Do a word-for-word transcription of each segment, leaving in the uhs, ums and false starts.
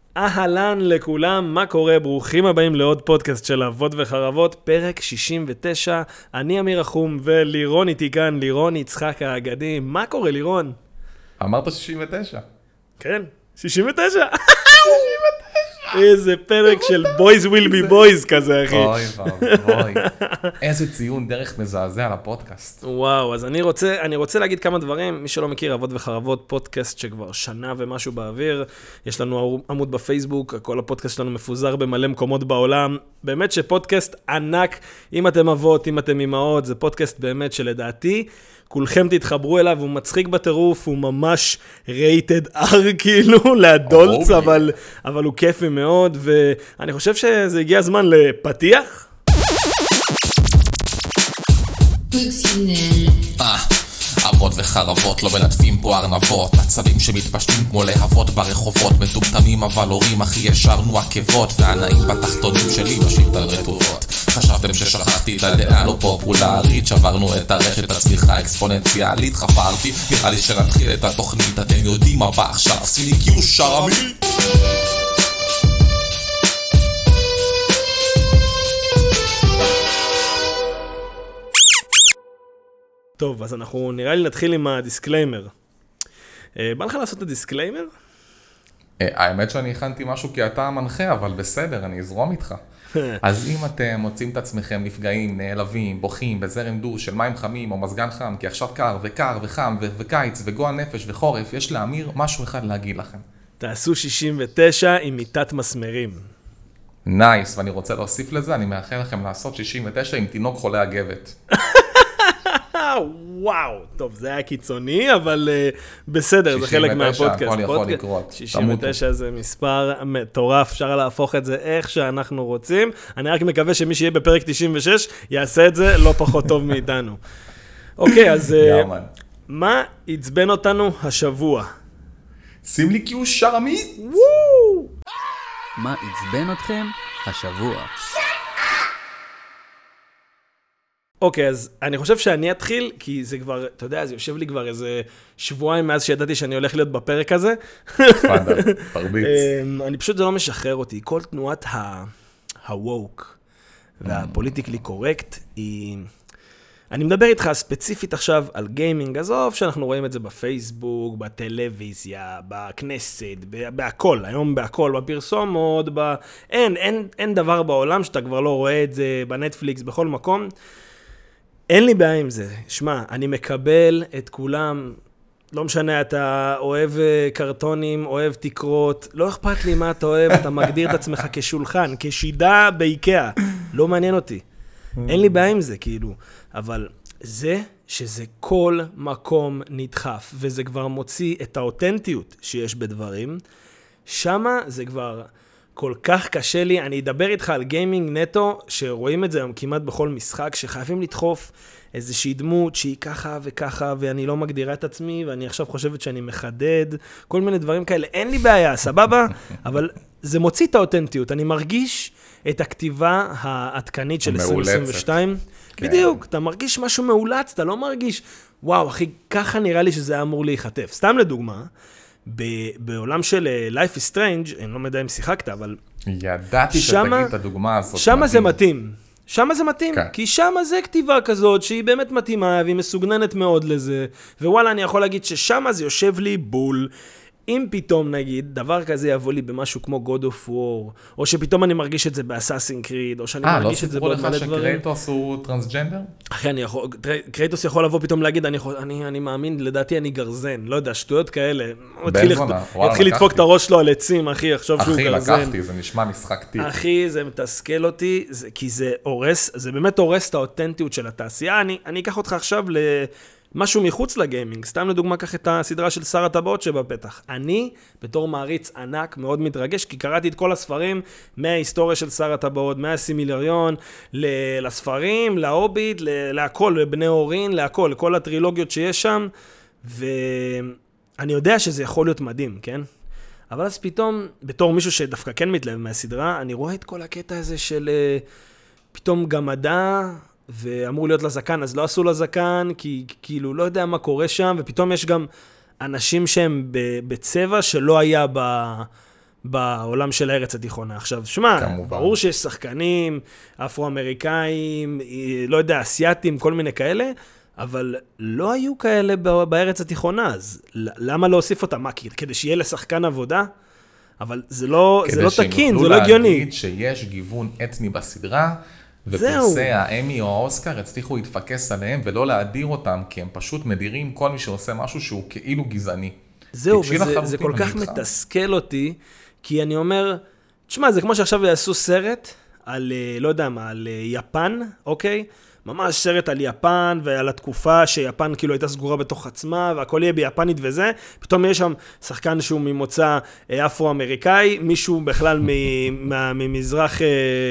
אהלן לכולם, מה קורה? ברוכים הבאים לעוד פודקאסט של אבות וחרבות, פרק שישים ותשע. אני אמיר החום ולירון איתי כאן, לירון יצחק האגדי. מה קורה לירון? אמרת שישים ותשע. כן, שישים ותשע. איזה פרק של boys will be boys כזה, אחי. אוי ואוי, איזה ציון דרך מזעזע לפודקאסט. וואו, אז אני רוצה, אני רוצה להגיד כמה דברים. מי שלא מכיר, אבות וחרבות, פודקאסט שכבר שנה ומשהו באוויר. יש לנו עמוד בפייסבוק, כל הפודקאסט שלנו מפוזר במלא מקומות בעולם. באמת שפודקאסט ענק, אם אתם אבות, אם אתם אמהות, זה פודקאסט באמת שלדעתי, כולכם תתחברו אליו, הוא מצחיק בטירוף, הוא ממש rated R כאילו, לאדולטס, אבל, אבל הוא כיפי מאוד, ואני חושב שזה הגיע הזמן לפתיח. אה, אבות וחרבות לא מלטפים פה ארנבות, עצבים שמתפשטים כמו להבות ברחובות, מטומטמים אבל הורים הכי ישרנו עקבות, והנאים בתחתונים שלי משאיר על רטובות. חשבתם ששכחתי את הדעה לא פופולרית, שברנו את הרשת הצליחה אקספוננציאלית, חפרתי, נראה לי שנתחיל את התוכנית, אתם יודעים מה בא עכשיו, סיני קיו שרמי. טוב, אז אנחנו נראה לי נתחיל עם הדיסקליימר. בא לך לעשות את הדיסקליימר? האמת שאני הכנתי משהו כי אתה המנחה, אבל בסדר, אני אזרום איתך. אז אם אתם מוצאים את עצמכם נפגעים, נעלבים, בוכים, בזרם דוש של מים חמים או מזגן חם, כי עכשיו קר וקר וחם וקיץ וגועל נפש וחורף, יש לאמיר משהו אחד להגיד לכם. תעשו שישים ותשע עם מיטת מסמרים. נייס, ואני רוצה להוסיף לזה, אני מאחל לכם לעשות שישים ותשע עם תינוק חולה אגבת. וואו, טוב, זה היה קיצוני, אבל uh, בסדר, זה חלק מהפודקאסט. הכל יכול לקרות. שישים ותשע זה מספר מטורף, אפשר להפוך את זה איך שאנחנו רוצים. אני רק מקווה שמי שיהיה בפרק תשעים ושש יעשה את זה לא פחות טוב מאיתנו. אוקיי, אז uh, מה יצבן אותנו השבוע? שים לי קיו שרמי. וואו! מה יצבן אתכם השבוע? אוקיי, אז אני חושב שאני אתחיל, כי זה כבר, אתה יודע, זה יושב לי כבר איזה שבועיים מאז שידעתי שאני הולך להיות בפרק הזה. פנדה, תרביץ. אני פשוט, זה לא משחרר אותי. כל תנועת הווק והפוליטיקלי קורקט היא... אני מדבר איתך ספציפית עכשיו על גיימינג, עזוב שאנחנו רואים את זה בפייסבוק, בטלוויזיה, בכנסת, בהכל, היום בהכל, בפרסומות, ב... אין, אין, אין דבר בעולם שאתה כבר לא רואה את זה בנטפליקס, בכל מקום. אין לי בעיה עם זה. שמע, אני מקבל את כולם, לא משנה, אתה אוהב קרטונים, אוהב תקרות, לא אכפת לי מה אתה אוהב, אתה מגדיר את עצמך כשולחן, כשידה באיקאה, לא מעניין אותי. אין לי בעיה עם זה, כאילו. אבל זה שזה כל מקום נדחף, וזה כבר מוציא את האותנטיות שיש בדברים, שמה זה כבר כל כך קשה לי. אני אדבר איתך על גיימינג נטו, שרואים את זה היום כמעט בכל משחק, שחייבים לדחוף איזושהי דמות שהיא ככה וככה, ואני לא מגדירה את עצמי, ואני עכשיו חושבת שאני מחדד, כל מיני דברים כאלה. אין לי בעיה, סבבה? אבל זה מוציא את האותנטיות. אני מרגיש את הכתיבה העדכנית של עשרים עשרים ושתיים. כן. בדיוק, אתה מרגיש משהו מעולץ, אתה לא מרגיש, וואו, אחי, ככה נראה לי שזה אמור להיחטף. סתם לדוגמה, בעולם של Life is Strange, אני לא יודע אם שיחקת, אבל... ידעתי שתגיד את הדוגמה הזאת. שמה זה מתאים. שמה זה מתאים, כן. כי שמה זה כתיבה כזאת שהיא באמת מתאימה, והיא מסוגננת מאוד לזה, ווואלה, אני יכול להגיד ששמה זה יושב לי בול. אם פתאום נגיד, דבר כזה יבוא לי במשהו כמו God of War, או שפתאום אני מרגיש את זה באסאסין קריד, או שאני 아, מרגיש לא את זה בעוד מלא דברים. אה, לא סיפרו לך שקרייטוס הוא טרנסג'נדר? אחי, אני יכול, קרייטוס יכול לבוא פתאום להגיד, אני, יכול, אני, אני מאמין, לדעתי אני גרזן, לא יודע, שטויות כאלה. התחיל לדפוק את הראש שלו על עצים, אחי, עכשיו שהוא גרזן. אחי, לקחתי, זה נשמע משחק טיפ. אחי, זה מתסכל אותי, זה, כי זה הורס, זה באמת הורס את האותנטיות של התעשייה. אני, אני אקח אותך עכשיו ל... משהו מחוץ לגיימינג, סתם לדוגמה קח את הסדרה של שר הטבעות שבפתח. אני, בתור מעריץ ענק, מאוד מתרגש, כי קראתי את כל הספרים מההיסטוריה של שר הטבעות, מהסימילריון, לספרים, להוביט, להכל, לבני אורין, להכל, לכל הטרילוגיות שיש שם, ואני יודע שזה יכול להיות מדהים, כן? אבל אז פתאום, בתור מישהו שדווקא כן מתלהב מהסדרה, אני רואה את כל הקטע הזה של פתאום גמדה, ואמור להיות לזקן, אז לא עשו לזקן, כי כאילו לא יודע מה קורה שם, ופתאום יש גם אנשים שהם בצבע שלא היה בעולם של הארץ התיכונה. עכשיו, שמע, ברור שיש שחקנים, אפרו-אמריקאים, לא יודע, אסיאטים, כל מיני כאלה, אבל לא היו כאלה בארץ התיכונה, אז למה לא הוסיף אותם? מה, כדי שיהיה לשחקן עבודה? אבל זה לא, זה לא תקין, זה לא הגיוני. כדי שיוכלו להגיד שיש גיוון אתני בסדרה, ופרסי האמי או האוסקר הצליחו להתפקס עליהם ולא להדיר אותם, כי הם פשוט מדירים כל מי שעושה משהו שהוא כאילו גזעני. זהו, וזה זה כל כך מתסכל אותי, כי אני אומר, תשמע, זה כמו שעכשיו יעשו סרט על, לא יודע מה, על יפן, אוקיי? ממש סרט על יפן ועל התקופה שיפן כאילו הייתה סגורה בתוך עצמה והכל יהיה ביפנית וזה, פתאום יש שם שחקן שהוא ממוצא אפרו-אמריקאי, מישהו בכלל ממזרח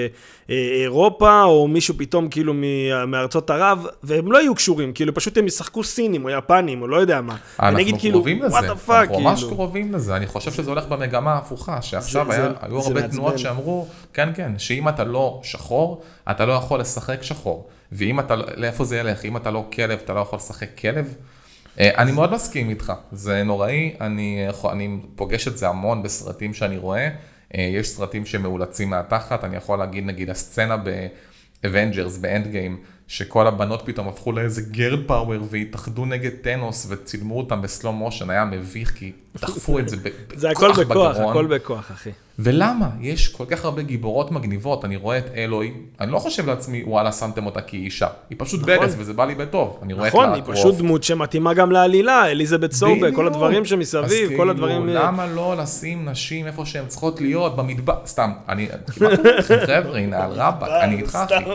אירופה או מישהו פתאום כאילו מארצות ערב, והם לא יהיו קשורים, כאילו פשוט הם ישחקו סינים או יפנים או לא יודע מה. אנחנו קרובים לזה, אנחנו ממש קרובים לזה, אני חושב שזה הולך במגמה ההפוכה, שעכשיו היו הרבה תנועות שאמרו, כן כן, שאם אתה לא שחור, אתה לא יכול לשחק שחור. ואם אתה, לאיפה זה ילך? אם אתה לא כלב, אתה לא יכול לשחק כלב? אני מאוד מסכים איתך, זה נוראי, אני, אני פוגש את זה המון בסרטים שאני רואה, יש סרטים שמאולצים מהתחת, אני יכול להגיד נגיד הסצנה ב-Avengers, ב-End Game, שכל הבנות פתאום הפכו לאיזה גרד פאוור והתאחדו נגד טנוס וצילמו אותם בסלו מושן, היה מביך כי דחפו את זה בכוח בגרון. זה הכל בכוח, הכל בכוח, אחי. ולמה? יש כל כך הרבה גיבורות מגניבות, אני רואה את אלוהי, אני לא חושב לעצמי, וואלה, שמתם אותה כי אישה. היא פשוט ברס וזה בא לי בטוב. נכון, היא פשוט דמות שמתאימה גם לעלילה, אליזבת סובה, כל הדברים שמסביב, כל הדברים... למה לא לשים נשים איפה שהן צריכות להיות, במדבר? סתם, אני כמעט חבר'ה, הנה, על רבק, אני איתך,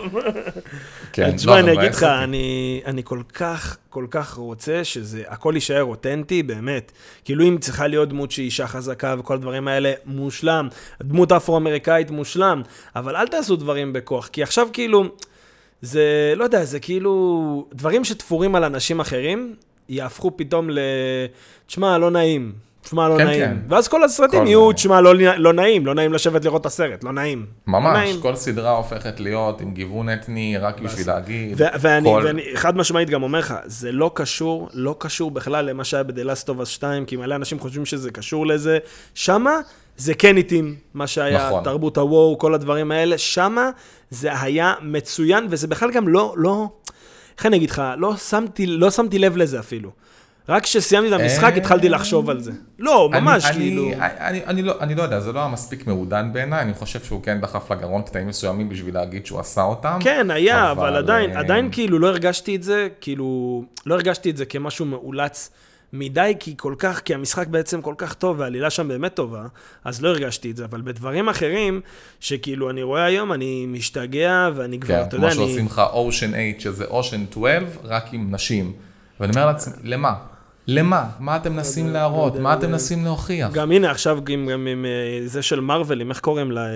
אחי. תשמע, אני אגיד לך, אני כל כך, כל כך רוצה שזה, הכל יישאר אותנטי, באמת. כאילו אם צריכה להיות דמות שהיא אישה חזקה וכל הדברים האלה, מושלם. דמות אפרו-אמריקאית מושלם. אבל אל תעשו דברים בכוח, כי עכשיו כאילו, זה, לא יודע, זה כאילו, דברים שתפורים על אנשים אחרים, יהפכו פתאום ל... תשמע, לא נעים. תשמע, לא כן, נעים. כן. ואז כל הסרטים כל יהיו, תשמע, לא, לא נעים. לא נעים לשבת לראות את הסרט, לא נעים. ממש, לא נעים. כל סדרה הופכת להיות עם גיוון אתני, רק בשביל להגיד. ו- ואני, כל... ואני חד משמעית גם אומר לך, זה לא קשור, לא קשור בכלל למה שהיה ב-The Last of Us שתיים, כי מלא אנשים חושבים שזה קשור לזה. שמה זה כן איתים, מה שהיה, נכון. תרבות הוואו, כל הדברים האלה. שמה זה היה מצוין, וזה בכלל גם לא, לא, איך אני אגיד לך, לא שמתי, לא שמתי לב לזה אפילו. רק כשסיימתי את המשחק, התחלתי לחשוב על זה. לא, ממש, כאילו... אני לא יודע, זה לא היה מספיק מעודן בעיניי, אני חושב שהוא כן דחף לגרון קטעים מסוימים בשביל להגיד שהוא עשה אותם. כן, היה, אבל עדיין, עדיין כאילו לא הרגשתי את זה, כאילו, לא הרגשתי את זה כמשהו מאולץ מדי, כי כל כך, כי המשחק בעצם כל כך טוב, והעלילה שם באמת טובה, אז לא הרגשתי את זה, אבל בדברים אחרים, שכאילו אני רואה היום, אני משתגע, ואני כבר, אתה יודע, אני... כמו שעושים לך Ocean eight, שזה Ocean twelve, רק עם נשים. ואני אומר לעצמי, למה? למה? מה אתם נסים להראות? מה אתם נסים להוכיח? גם הנה, עכשיו גם עם זה של מרוולים, איך קוראים לה?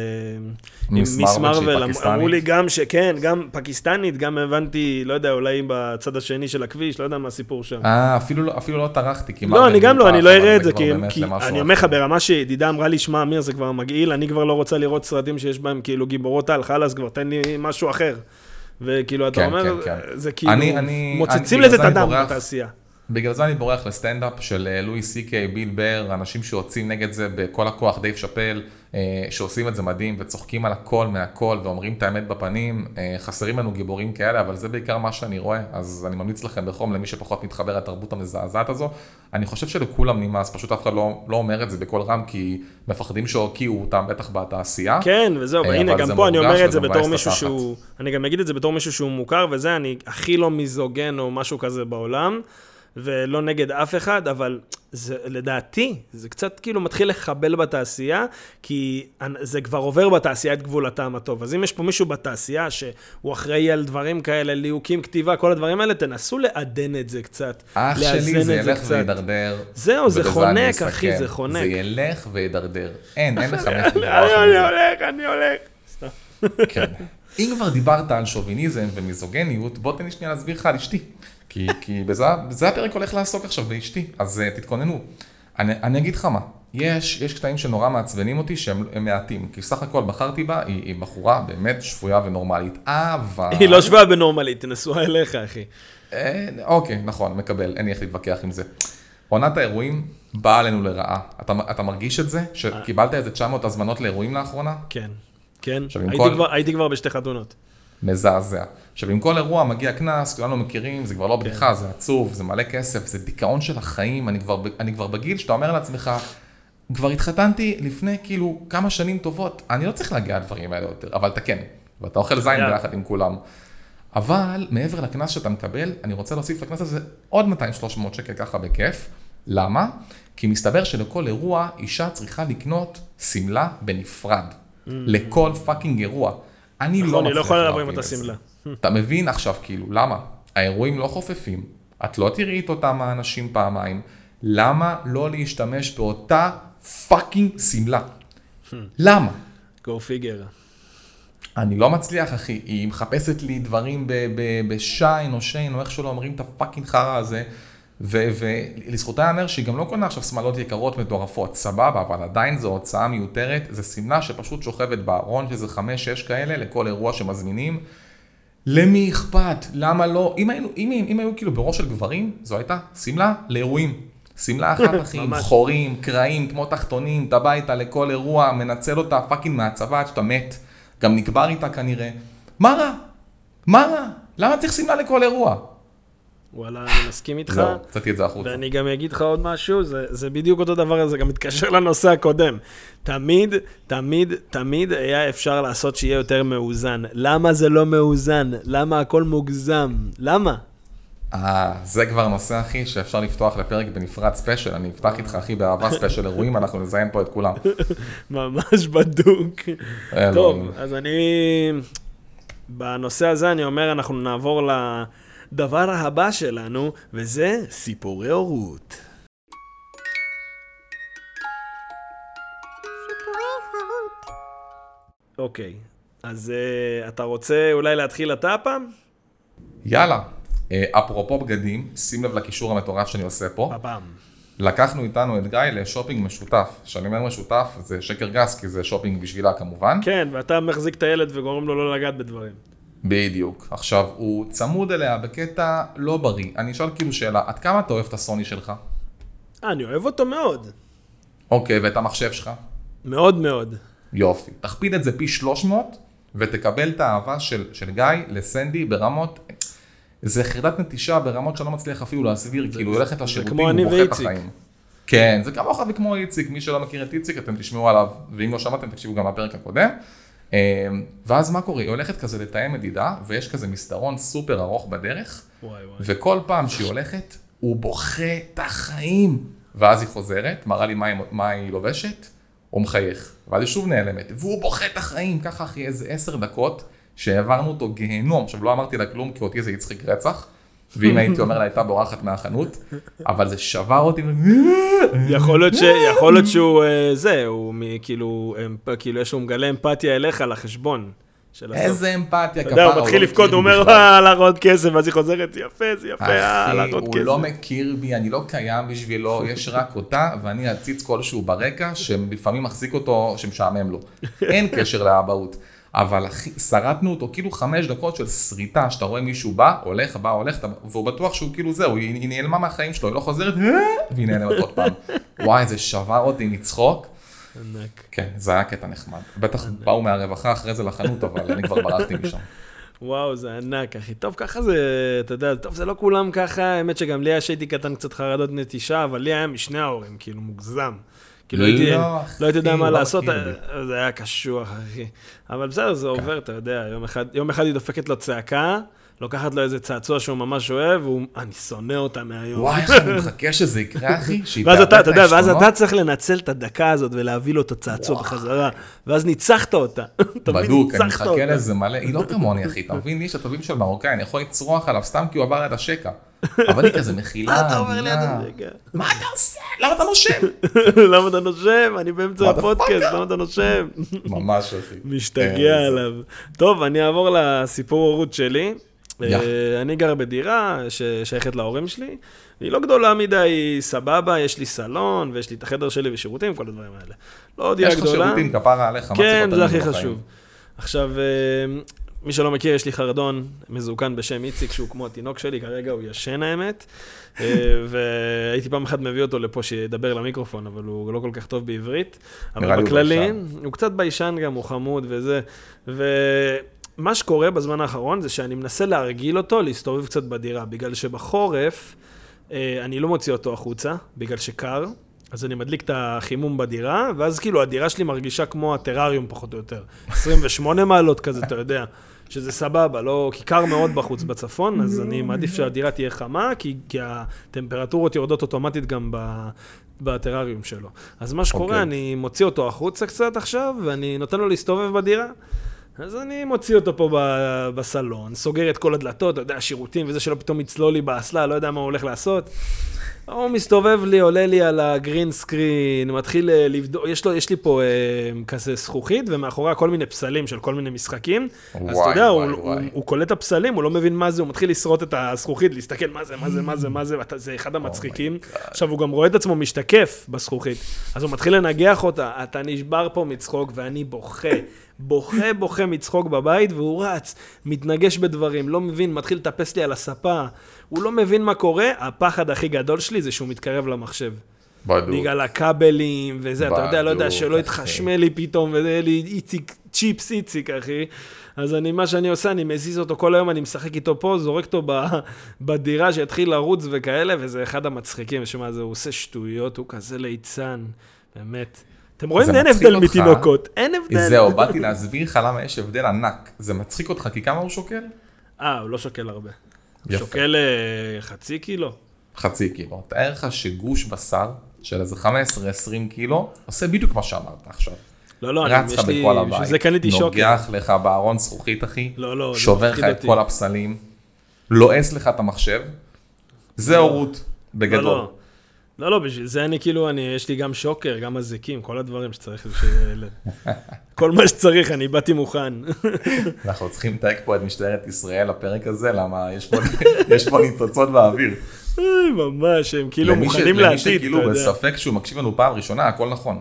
מיס מרוול שהיא פקיסטנית? אמרו לי גם שכן, גם פקיסטנית, גם הבנתי, לא יודע, אולי בצד השני של הכביש, לא יודע מה הסיפור שם. אה, אפילו לא טרחתי, כי לא, אני גם לא, אני לא אראה את זה, כי אני אומר לך ברמה שידידה אמרה לי, שמע, אמיר, זה כבר מגעיל, אני כבר לא רוצה לראות סרטים שיש בהם כאילו גיבורות על, חלאס, כבר תן לי משהו אחר. וכאילו, אתה אומר, זה כאילו, מוצצים לזה את הדם בתעשייה. בגלל זה אני בורח לסטנדאפ של לואי סי קיי, ביל בר, אנשים שיוצאים נגד זה בכל הכוח, דייב שאפל, שעושים את זה מדהים וצוחקים על הכל מהכל ואומרים את האמת בפנים. חסרים לנו גיבורים כאלה, אבל זה בעיקר מה שאני רואה, אז אני ממליץ לכם בחום למי שפחות מתחבר לתרבות המזעזעת הזו. אני חושב שלכולם נמאס, פשוט אף אחד לא, לא אומר את זה בכל רם, כי מפחדים שהוקיעו אותם בטח בתעשייה. כן, וזהו, הנה גם פה אני אומר את זה בתור מישהו שהוא, אני גם אגיד את זה בתור מישהו שהוא מוכר, וזה אני הכי לא מיזוגן או משהו כזה בעולם. ולא נגד אף אחד, אבל זה, לדעתי, זה קצת כאילו מתחיל לחבל בתעשייה, כי זה כבר עובר בתעשייה את גבול הטעם הטוב. אז אם יש פה מישהו בתעשייה שהוא אחראי על דברים כאלה, ליהוקים, כתיבה, כל הדברים האלה, תנסו לעדן את זה קצת. אח שלי זה ילך וידרדר. זהו, זה חונק, אחי, זה חונק. זה ילך וידרדר. אין, אין לך מלך לברוח. אני הולך, אני הולך. סתם. כן. אם כבר דיברת על שוביניזם ומיזוגניות, בוא תן לי שנייה להסביר לך על אשתי. כי, כי בזה, בזה הפרק הולך לעסוק עכשיו באשתי, אז uh, תתכוננו. אני, אני אגיד לך מה, יש, יש קטעים שנורא מעצבנים אותי שהם מעטים, כי סך הכל בחרתי בה, היא, היא בחורה באמת שפויה ונורמלית, אבל... היא לא שפויה ונורמלית, תנסוה אליך, אחי. אה, אוקיי, נכון, מקבל, אין לי איך להתווכח עם זה. עונת האירועים באה עלינו לרעה. אתה, אתה מרגיש את זה? שקיבלת איזה תשע מאות הזמנות לאירועים לאחרונה? כן, כן. הייתי, כל... כבר, הייתי כבר בשתי חתונות. מזעזע. עכשיו, עם כל אירוע מגיע כנס, כולנו מכירים, זה כבר לא בדיחה, זה עצוב, זה מלא כסף, זה דיכאון של החיים, אני כבר, אני כבר בגיל שאתה אומר לעצמך, כבר התחתנתי לפני כאילו כמה שנים טובות, אני לא צריך להגיע לדברים האלה יותר, אבל אתה כן, ואתה אוכל זין ביחד עם כולם. אבל מעבר לכנס שאתה מקבל, אני רוצה להוסיף לכנס הזה עוד מאתיים שלוש מאות שקל ככה בכיף. למה? כי מסתבר שלכל אירוע אישה צריכה לקנות סמלה בנפרד. לכל פאקינג אירוע. אני לא אני לא יכולה לעבור עם אותה סמלה. אתה מבין עכשיו כאילו, למה? האירועים לא חופפים, את לא תראי את אותם האנשים פעמיים, למה לא להשתמש באותה פאקינג סמלה? למה? Go figure. אני לא מצליח, אחי, היא מחפשת לי דברים בשיין או שיין, או איך שלא אומרים את הפאקינג חרה הזה, ולזכותה יאמר שהיא גם לא קונה עכשיו שמלות יקרות מטורפות, סבבה, אבל עדיין זו הוצאה מיותרת, זה סמלה שפשוט שוכבת בארון, שזה חמש, שש כאלה, לכל אירוע שמזמינים. למי אכפת? למה לא? אם היו, אם, אם היו כאילו בראש של גברים, זו הייתה סמלה לאירועים. סמלה אחת, אחים, חורים, קרעים, כמו תחתונים, אתה הביתה לכל אירוע, מנצל אותה פאקינג מהצבא, שאתה מת, גם נקבר איתה כנראה. מה רע? מה רע? למה צריך סמלה לכל אירוע? וואלה, אני מסכים איתך. זהו, קצתי את זה החוצה. ואני גם אגיד לך עוד משהו, זה, זה בדיוק אותו דבר, זה גם מתקשר לנושא הקודם. תמיד, תמיד, תמיד היה אפשר לעשות שיהיה יותר מאוזן. למה זה לא מאוזן? למה הכל מוגזם? למה? אה, זה כבר נושא, אחי, שאפשר לפתוח לפרק בנפרד ספיישל. אני אפתח איתך, אחי, באהבה ספיישל אירועים, אנחנו נזיין פה את כולם. ממש בדוק. טוב, אז אני... בנושא הזה אני אומר, אנחנו נעבור לדבר הבא שלנו, וזה סיפורי הורות. אוקיי, אז uh, אתה רוצה אולי להתחיל אתה הפעם? יאללה. אפרופו בגדים, שים לב לקישור המטורף שאני עושה פה. הפעם. לקחנו איתנו את גיא לשופינג משותף. שאני אומר משותף, זה שקר גס, כי זה שופינג בשבילה כמובן. כן, ואתה מחזיק את הילד וגורם לו לא לגעת בדברים. בדיוק. עכשיו, הוא צמוד אליה בקטע לא בריא. אני אשאל כאילו שאלה, עד כמה אתה אוהב את הסוני שלך? אני אוהב אותו מאוד. אוקיי, ואת המחשב שלך? מאוד מאוד. יופי. תכפיל את זה פי שלוש מאות, ותקבל את האהבה של, של גיא לסנדי ברמות... זה חרדת נטישה ברמות שאני לא מצליח אפילו להסביר, כאילו היא הולכת לשירותים ובוכה את החיים. כן, זה כמוך וכמו איציק, מי שלא מכיר את איציק, אתם תשמעו עליו, ואם לא שמעתם, תקשיבו גם לפרק הקודם. ואז מה קורה? היא הולכת כזה לתאם מדידה, ויש כזה מסדרון סופר ארוך בדרך, וכל פעם שהיא הולכת, הוא בוכה את החיים. ואז היא חוזרת, מראה לי מה היא לובשת, הוא מחייך, ואז היא שוב נעלמת, והוא בוכה את החיים, ככה אחרי איזה עשר דקות, שהעברנו אותו גהנום. עכשיו לא אמרתי לה כלום, כי אותי זה יצחיק רצח, ואם הייתי אומר לה, הייתה בורחת מהחנות, אבל זה שבר אותי. יכול להיות ש... יכול להיות שהוא זה, הוא כאילו, כאילו יש לו מגלה אמפתיה אליך לחשבון. איזה אמפתיה, כפרה. הוא מתחיל לפקוד, הוא אומר, להראות כסף, אז היא חוזרת, זה יפה, זה יפה, להראות כסף. הוא לא מכיר בי, אני לא קיים בשבילו, יש רק אותה, ואני אציץ כלשהו ברקע, שלפעמים מחזיק אותו, שמשעמם לו. אין קשר לאבהות. אבל שרדנו אותו כאילו חמש דקות של שריטה, שאתה רואה מישהו בא, הולך, בא, הולך, והוא בטוח שהוא כאילו זהו, היא נעלמה מהחיים שלו, היא לא חוזרת, והיא נעלמת עוד פעם. וואי, זה שבר אותי מצחוק. ענק. כן, זה היה קטע נחמד. בטח באו מהרווחה אחרי זה לחנות, אבל אני כבר ברחתי משם. וואו, זה ענק, אחי. טוב, ככה זה, אתה יודע, טוב, זה לא כולם ככה, האמת שגם לי שהייתי קטן קצת חרדות נטישה, אבל לי היה משני ההורים, כאילו מוגזם. כאילו הייתי, לא הייתי יודע מה לעשות, זה היה קשוח, אחי. אבל בסדר, זה עובר, אתה יודע, יום אחד היא דופקת לו צעקה, לוקחת לו איזה צעצוע שהוא ממש אוהב, ואני שונא אותה מהיום. וואי, איך אני מחכה שזה יקרה, אחי, ואז אתה, אתה יודע, ואז אתה צריך לנצל את הדקה הזאת, ולהביא לו את הצעצוע בחזרה, ואז ניצחת אותה. בדוק, אני מחכה לזה מלא, היא לא כמוני, אחי, אתה מבין, יש הטובים של מרוקאי, אני יכול לצרוח עליו סתם כי הוא עבר את השקע. אבל היא כזה מכילה, מה אתה אומר לי עד הרגע? מה אתה עושה? למה אתה נושם? למה אתה נושם? אני באמצע הפודקאסט, למה אתה נושם? ממש, אחי. משתגע עליו. טוב, אני אעבור לסיפור הורות שלי. אני גר בדירה ששייכת להורים שלי. היא לא גדולה מדי, היא סבבה, יש לי סלון, ויש לי את החדר שלי ושירותים, כל הדברים האלה. לא דירה גדולה. יש לך שירותים, כפרה עליך, כן, זה הכי חשוב. עכשיו, מי שלא מכיר, יש לי חרדון מזוקן בשם איציק, שהוא כמו התינוק שלי, כרגע הוא ישן האמת, והייתי פעם אחת מביא אותו לפה שידבר למיקרופון, אבל הוא לא כל כך טוב בעברית, אבל בכללי, הוא קצת ביישן גם, הוא חמוד וזה, ומה שקורה בזמן האחרון זה שאני מנסה להרגיל אותו, להסתובב קצת בדירה, בגלל שבחורף אני לא מוציא אותו החוצה, בגלל שקר, אז אני מדליק את החימום בדירה, ואז כאילו הדירה שלי מרגישה כמו הטרריום פחות או יותר. עשרים ושמונה מעלות כזה, אתה יודע, שזה סבבה, לא, כי קר מאוד בחוץ בצפון, אז אני מעדיף שהדירה תהיה חמה, כי, כי הטמפרטורות יורדות אוטומטית גם ב, בטרריום שלו. אז מה שקורה, okay. אני מוציא אותו החוצה קצת עכשיו, ואני נותן לו להסתובב בדירה, אז אני מוציא אותו פה ב, בסלון, סוגר את כל הדלתות, אתה יודע, השירותים וזה שלא פתאום יצלול לי באסלה, לא יודע מה הוא הולך לעשות. הוא מסתובב לי, עולה לי על הגרין סקרין, מתחיל לבדוק, יש, לו, יש לי פה אה, כזה זכוכית, ומאחוריה כל מיני פסלים של כל מיני משחקים, וואי, אז אתה יודע, וואי, הוא, וואי. הוא, הוא קולט הפסלים, הוא לא מבין מה זה, הוא מתחיל לשרוט את הזכוכית, להסתכל מה זה, מה זה, מה זה, מה זה, זה אחד המצחיקים. Oh עכשיו, הוא גם רואה את עצמו משתקף בזכוכית, אז הוא מתחיל לנגח אותה, אתה נשבר פה מצחוק, ואני בוכה, בוכה, בוכה מצחוק בבית, והוא רץ, מתנגש בדברים, לא מבין, מתחיל לטפס לי על הספה, הוא לא מבין מה קורה, הפחד הכי גדול שלי זה שהוא מתקרב למחשב. בדיוק. בגלל הכבלים וזה, בדיוק, אתה יודע, לא יודע, שלא יתחשמל לי פתאום, וזה לי איציק, צ'יפס איציק, אחי. אז אני, מה שאני עושה, אני מזיז אותו כל היום, אני משחק איתו פה, זורק אותו בדירה שהתחיל לרוץ וכאלה, וזה אחד המצחיקים, שמה זה, הוא עושה שטויות, הוא כזה ליצן, באמת. אתם רואים, אין הבדל מתינוקות, אין הבדל. זהו, באתי להסביר לך למה יש הבדל ענק. זה מצחיק אותך, כי כמה הוא שוקל? אה, הוא לא שוקל הרבה. הוא שוקל חצי קילו. חצי קילו. תאר לך שגוש בשר של איזה חמש עשרה עשרים קילו, עושה בדיוק מה שאמרת עכשיו. לא, לא, רץ לך בכל הבית. שזה קניתי שוקל. נוגח לך בארון זכוכית, אחי. לא, לא. שובר לך את כל הפסלים. לועס לך את המחשב. זה הורות בגדול. לא, לא. לא, לא, בשביל זה אני כאילו, אני, יש לי גם שוקר, גם מזיקים, כל הדברים שצריך, שילד. כל מה שצריך, אני באתי מוכן. אנחנו צריכים לתאג פה את משטרת ישראל לפרק הזה, למה יש פה, יש פה ניצוצות באוויר. אוי, ממש, הם כאילו מוכנים לעתיד, למי שכאילו בספק שהוא מקשיב לנו פעם ראשונה, הכל נכון.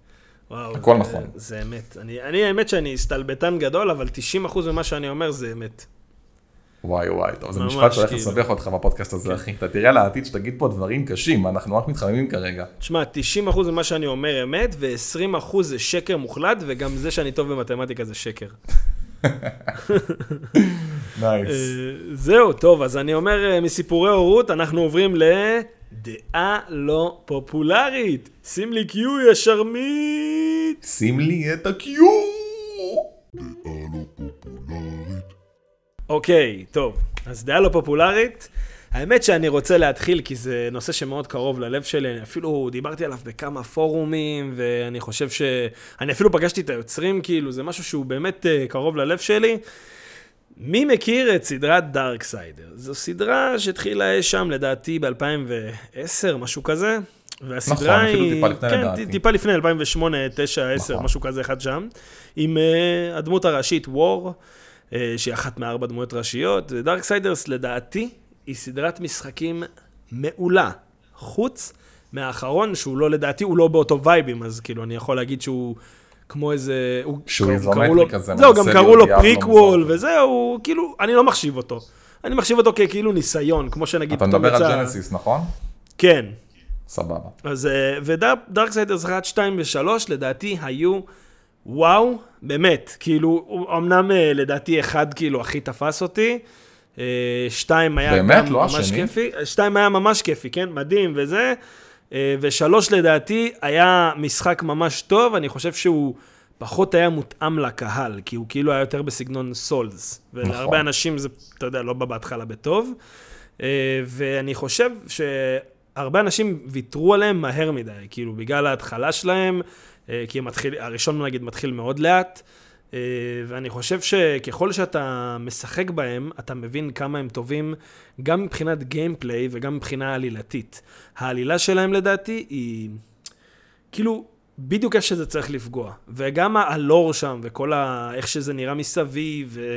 וואו, הכל נכון. זה אמת. אני, אני האמת שאני סטלבטן גדול, אבל תשעים אחוז ממה שאני אומר זה אמת. וואי וואי, טוב, זה משפט שהולך לסבך אותך בפודקאסט הזה, אחי. אתה תראה לעתיד שתגיד פה דברים קשים, אנחנו רק מתחממים כרגע. תשמע, תשעים אחוז ממה שאני אומר אמת, ו-עשרים אחוז זה שקר מוחלט, וגם זה שאני טוב במתמטיקה זה שקר. נייס. זהו, טוב, אז אני אומר, מסיפורי הורות, אנחנו עוברים לדעה לא פופולרית. שים לי קיו, יא שרמית. שים לי את הקיו. דעה לא פופולרית. אוקיי, טוב, אז דעה לא פופולרית, האמת שאני רוצה להתחיל כי זה נושא שמאוד קרוב ללב שלי, אני אפילו דיברתי עליו בכמה פורומים, ואני חושב ש... אני אפילו פגשתי את היוצרים, כאילו, זה משהו שהוא באמת קרוב ללב שלי. מי מכיר את סדרת דארקסיידר? זו סדרה שהתחילה שם לדעתי ב-אלפיים ועשר, משהו כזה, והסדרה נכון, אפילו היא... טיפה לפני כן, לדעתי. טיפה לפני, אלפיים ושמונה, תשע, עשר, נכון. משהו כזה אחד שם, עם uh, הדמות הראשית, וור, שהיא אחת מארבע דמויות ראשיות. דארקסיידרס לדעתי היא סדרת משחקים מעולה, חוץ מהאחרון שהוא לא לדעתי, הוא לא באותו וייבים, אז כאילו אני יכול להגיד שהוא כמו איזה... שהוא איזומטרי כזה. זהו, גם קראו לו פריקוול וזהו, כאילו, אני לא מחשיב אותו. אני מחשיב אותו ככאילו ניסיון, כמו שנגיד... אתה מדבר על ג'נסיס, נכון? כן. סבבה. אז ודארקסיידרס אחת, שתיים ושלוש לדעתי היו... וואו, באמת, כאילו, אמנם לדעתי אחד כאילו הכי תפס אותי, שתיים היה באמת, גם לא ממש השני? כיפי, שתיים היה ממש כיפי, כן, מדהים וזה, ושלוש לדעתי היה משחק ממש טוב, אני חושב שהוא פחות היה מותאם לקהל, כי הוא כאילו היה יותר בסגנון סולס, ולהרבה נכון. אנשים זה, אתה יודע, לא בא בהתחלה בטוב, ואני חושב שהרבה אנשים ויתרו עליהם מהר מדי, כאילו בגלל ההתחלה שלהם, כי מתחיל, הראשון נגיד מתחיל מאוד לאט, ואני חושב שככל שאתה משחק בהם, אתה מבין כמה הם טובים, גם מבחינת גיימפליי וגם מבחינה עלילתית. העלילה שלהם לדעתי היא, כאילו, בדיוק איך שזה צריך לפגוע. וגם הלור שם, וכל ה... איך שזה נראה מסביב, ו...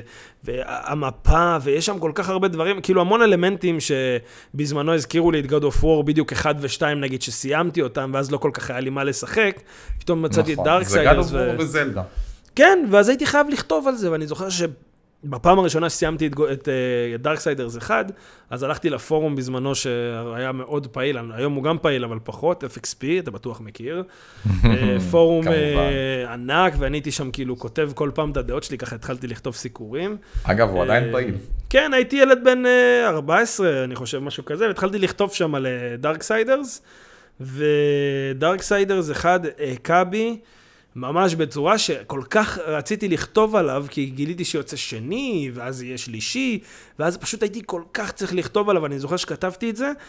והמפה, ויש שם כל כך הרבה דברים, כאילו המון אלמנטים שבזמנו הזכירו לי את God of War, בדיוק אחד ושתיים נגיד שסיימתי אותם, ואז לא כל כך היה לי מה לשחק, פתאום מצאתי נכון. את דארקסיידרס. זה God of War וזלדה. כן, ואז הייתי חייב לכתוב על זה, ואני זוכר בפעם הראשונה שסיימתי את, את uh, Darksiders אחד, אז הלכתי לפורום בזמנו שהיה מאוד פעיל, היום הוא גם פעיל, אבל פחות, אף אקס פי, אתה בטוח מכיר. uh, פורום uh, ענק, ואני הייתי שם כאילו כותב כל פעם את הדעות שלי, ככה התחלתי לכתוב סיקורים. אגב, הוא uh, עדיין פעיל. כן, הייתי ילד בן uh, ארבע עשרה, אני חושב, משהו כזה, והתחלתי לכתוב שם על uh, Darksiders, ו-Darksiders אחד העקה בי, ממש בצורה שכל כך רציתי לכתוב עליו, כי גיליתי שיוצא שני, ואז יהיה שלישי, ואז פשוט הייתי כל כך צריך לכתוב עליו, אני זוכר שכתבתי את זה,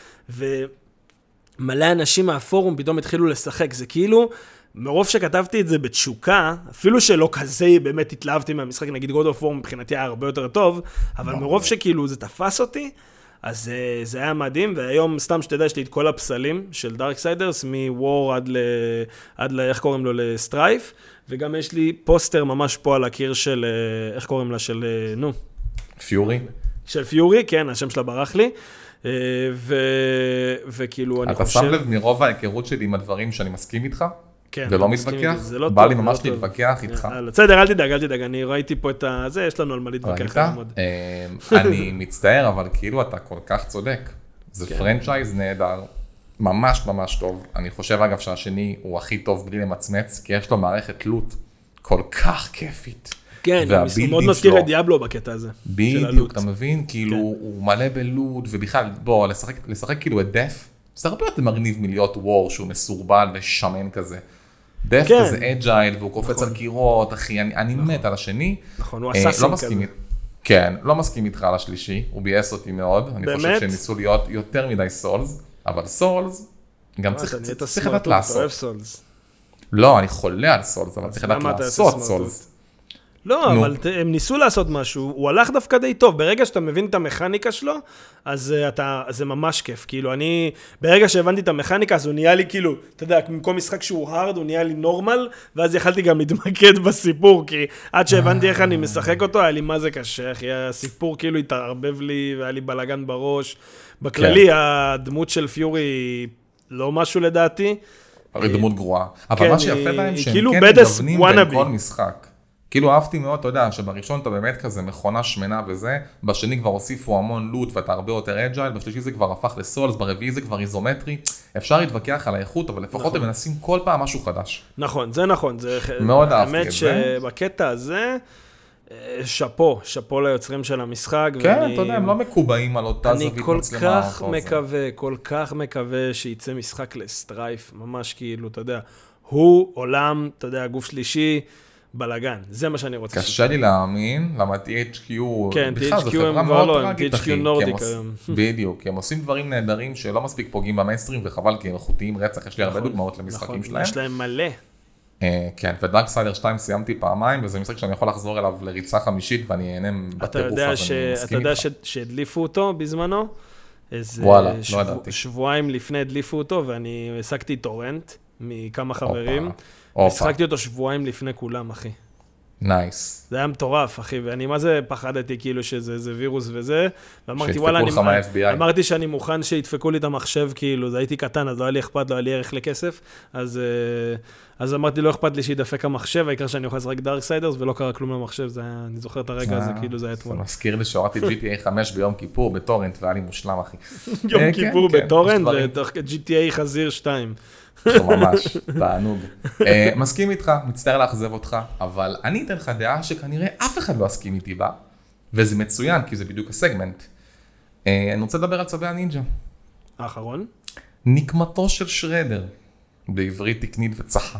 ומלא אנשים מהפורום פתאום התחילו לשחק, זה כאילו, מרוב שכתבתי את זה בתשוקה, אפילו שלא כזה באמת התלהבתי מהמשחק, נגיד God of War מבחינתי היה הרבה יותר טוב, אבל מרוב שכאילו זה תפס אותי, אז זה היה מדהים, והיום סתם שתדע, יש לי את כל הפסלים של Darksiders, מ-War עד ל... עד ל... איך קוראים לו? לסטרייף, וגם יש לי פוסטר ממש פה על הקיר של... איך קוראים לה? של... נו. פיורי? של פיורי, כן, השם שלה ברח לי. ו... וכאילו, אני חושב... אתה שם לב מרוב ההיכרות שלי עם הדברים שאני מסכים איתך? כן, ולא מתווכח? בא לי ממש להתווכח איתך. בסדר, אל תדאג, אל תדאג, אני ראיתי פה את זה, יש לנו על מה להתווכח. אני מצטער, אבל כאילו אתה כל כך צודק. זה פרנצ'ייז נהדר, ממש ממש טוב. אני חושב אגב שהשני הוא הכי טוב בלי למצמץ, כי יש לו מערכת לוט כל כך כיפית. כן, הוא מאוד מזכיר את דיאבלו בקטע הזה. בדיוק, אתה מבין? כאילו הוא מלא בלוט, ובכלל, בוא, לשחק כאילו את דף, זה הרבה יותר מגניב מלהיות וור שהוא מסורבל ושמן כזה. דף כזה אג'ייל, והוא קופץ על קירות, אחי, אני מת על השני. נכון, הוא אסאסין כזה. כן, לא מסכים איתך על השלישי, הוא בייס אותי מאוד. אני חושב שהם ניסו להיות יותר מדי סולס, אבל סולס, גם צריך לדעת לעשות. לא, אני חולה על סולס, אבל צריך לדעת לעשות סולס. לא, אבל הם ניסו לעשות משהו, הוא הלך דווקא די טוב, ברגע שאתה מבין את המכניקה שלו, אז אתה, זה ממש כיף, כאילו אני, ברגע שהבנתי את המכניקה, אז הוא נהיה לי כאילו, אתה יודע, במקום משחק שהוא hard, הוא נהיה לי נורמל, ואז יכלתי גם להתמקד בסיפור, כי עד שהבנתי איך אני משחק אותו, היה לי מה זה קשה, אחי, הסיפור כאילו התערבב לי, והיה לי בלגן בראש, בכללי, הדמות של פיורי לא משהו לדעתי. הרי דמות גרועה, אבל מה שיפה בהם, שהם כן מגוונים בין כל משחק. כאילו אהבתי מאוד, אתה יודע, שבראשון אתה באמת כזה מכונה שמנה וזה, בשני כבר הוסיפו המון לוט ואתה הרבה יותר אג'ייל, בשלישי זה כבר הפך לסולס, ברביעי זה כבר איזומטרי, אפשר להתווכח על האיכות, אבל לפחות הם מנסים כל פעם משהו חדש. נכון, זה נכון, זה... מאוד אהבתי את זה. האמת שבקטע הזה, שפו, שפו ליוצרים של המשחק. כן, אתה יודע, הם לא מקובעים על אותה זווית מצלמה. אני כל כך מקווה, כל כך מקווה שיצא משחק לסטרייף, ממש כאילו, אתה יודע, הוא עולם, אתה יודע, גוף שלישי, בלגן, זה מה שאני רוצה. קשה לי להאמין, למה טי אייץ' קיו, כן, טי אייץ' קיו הם כבר לא, טי אייץ' קיו נורדיק היום. בדיוק, כי הם עושים דברים נהדרים שלא מספיק פוגעים במיינסטרים, וחבל כי הם איכותיים רצח, יש לי הרבה דוגמאות למשחקים שלהם. יש להם מלא. כן, ודארקסיידר שתיים סיימתי פעמיים, וזה משחק שאני יכול לחזור אליו לריצה חמישית, ואני אהנה בטירוף, אז אני מסכים איתך. אתה יודע שהדליפו אותו בזמנו? וואלה, לא ידעתי. שבועיים לפני הדליפו אותו, ואני העסקתי טורנט מכמה חברים. השחקתי אותו שבועיים לפני כולם, אחי. נייס. זה היה מטורף, אחי, ואני מה זה פחדתי כאילו שזה וירוס וזה, ואמרתי, וואלה, אמרתי שאני מוכן שידפקו לי את המחשב, כאילו, זה הייתי קטן, אז לא היה לי אכפת, לא היה לי ערך לכסף, אז, אז אמרתי, לא אכפת לי שידפק המחשב, העיקר שאני אוכל לשחק דארקסיידרס, ולא קרה כלום למחשב, זה היה, אני זוכר את הרגע הזה, כאילו זה היה אתמול. זה מזכיר לי שהורדתי ג'י טי איי חמש ביום כיפור בטורנט, והיה לי מושלם, אחי. יום כיפור בטורנט, וג'י טי איי חזיר שתיים. ממש, תענוג. מסכים איתך, מצטער לאכזב אותך, אבל אני אתן לך דעה שכנראה אף אחד לא הסכים איתי בה, וזה מצוין, כי זה בדיוק הסגמנט. אני רוצה לדבר על צווי הנינג'ה. האחרון? נקמתו של שרדר, בעברית תקנית וצחה.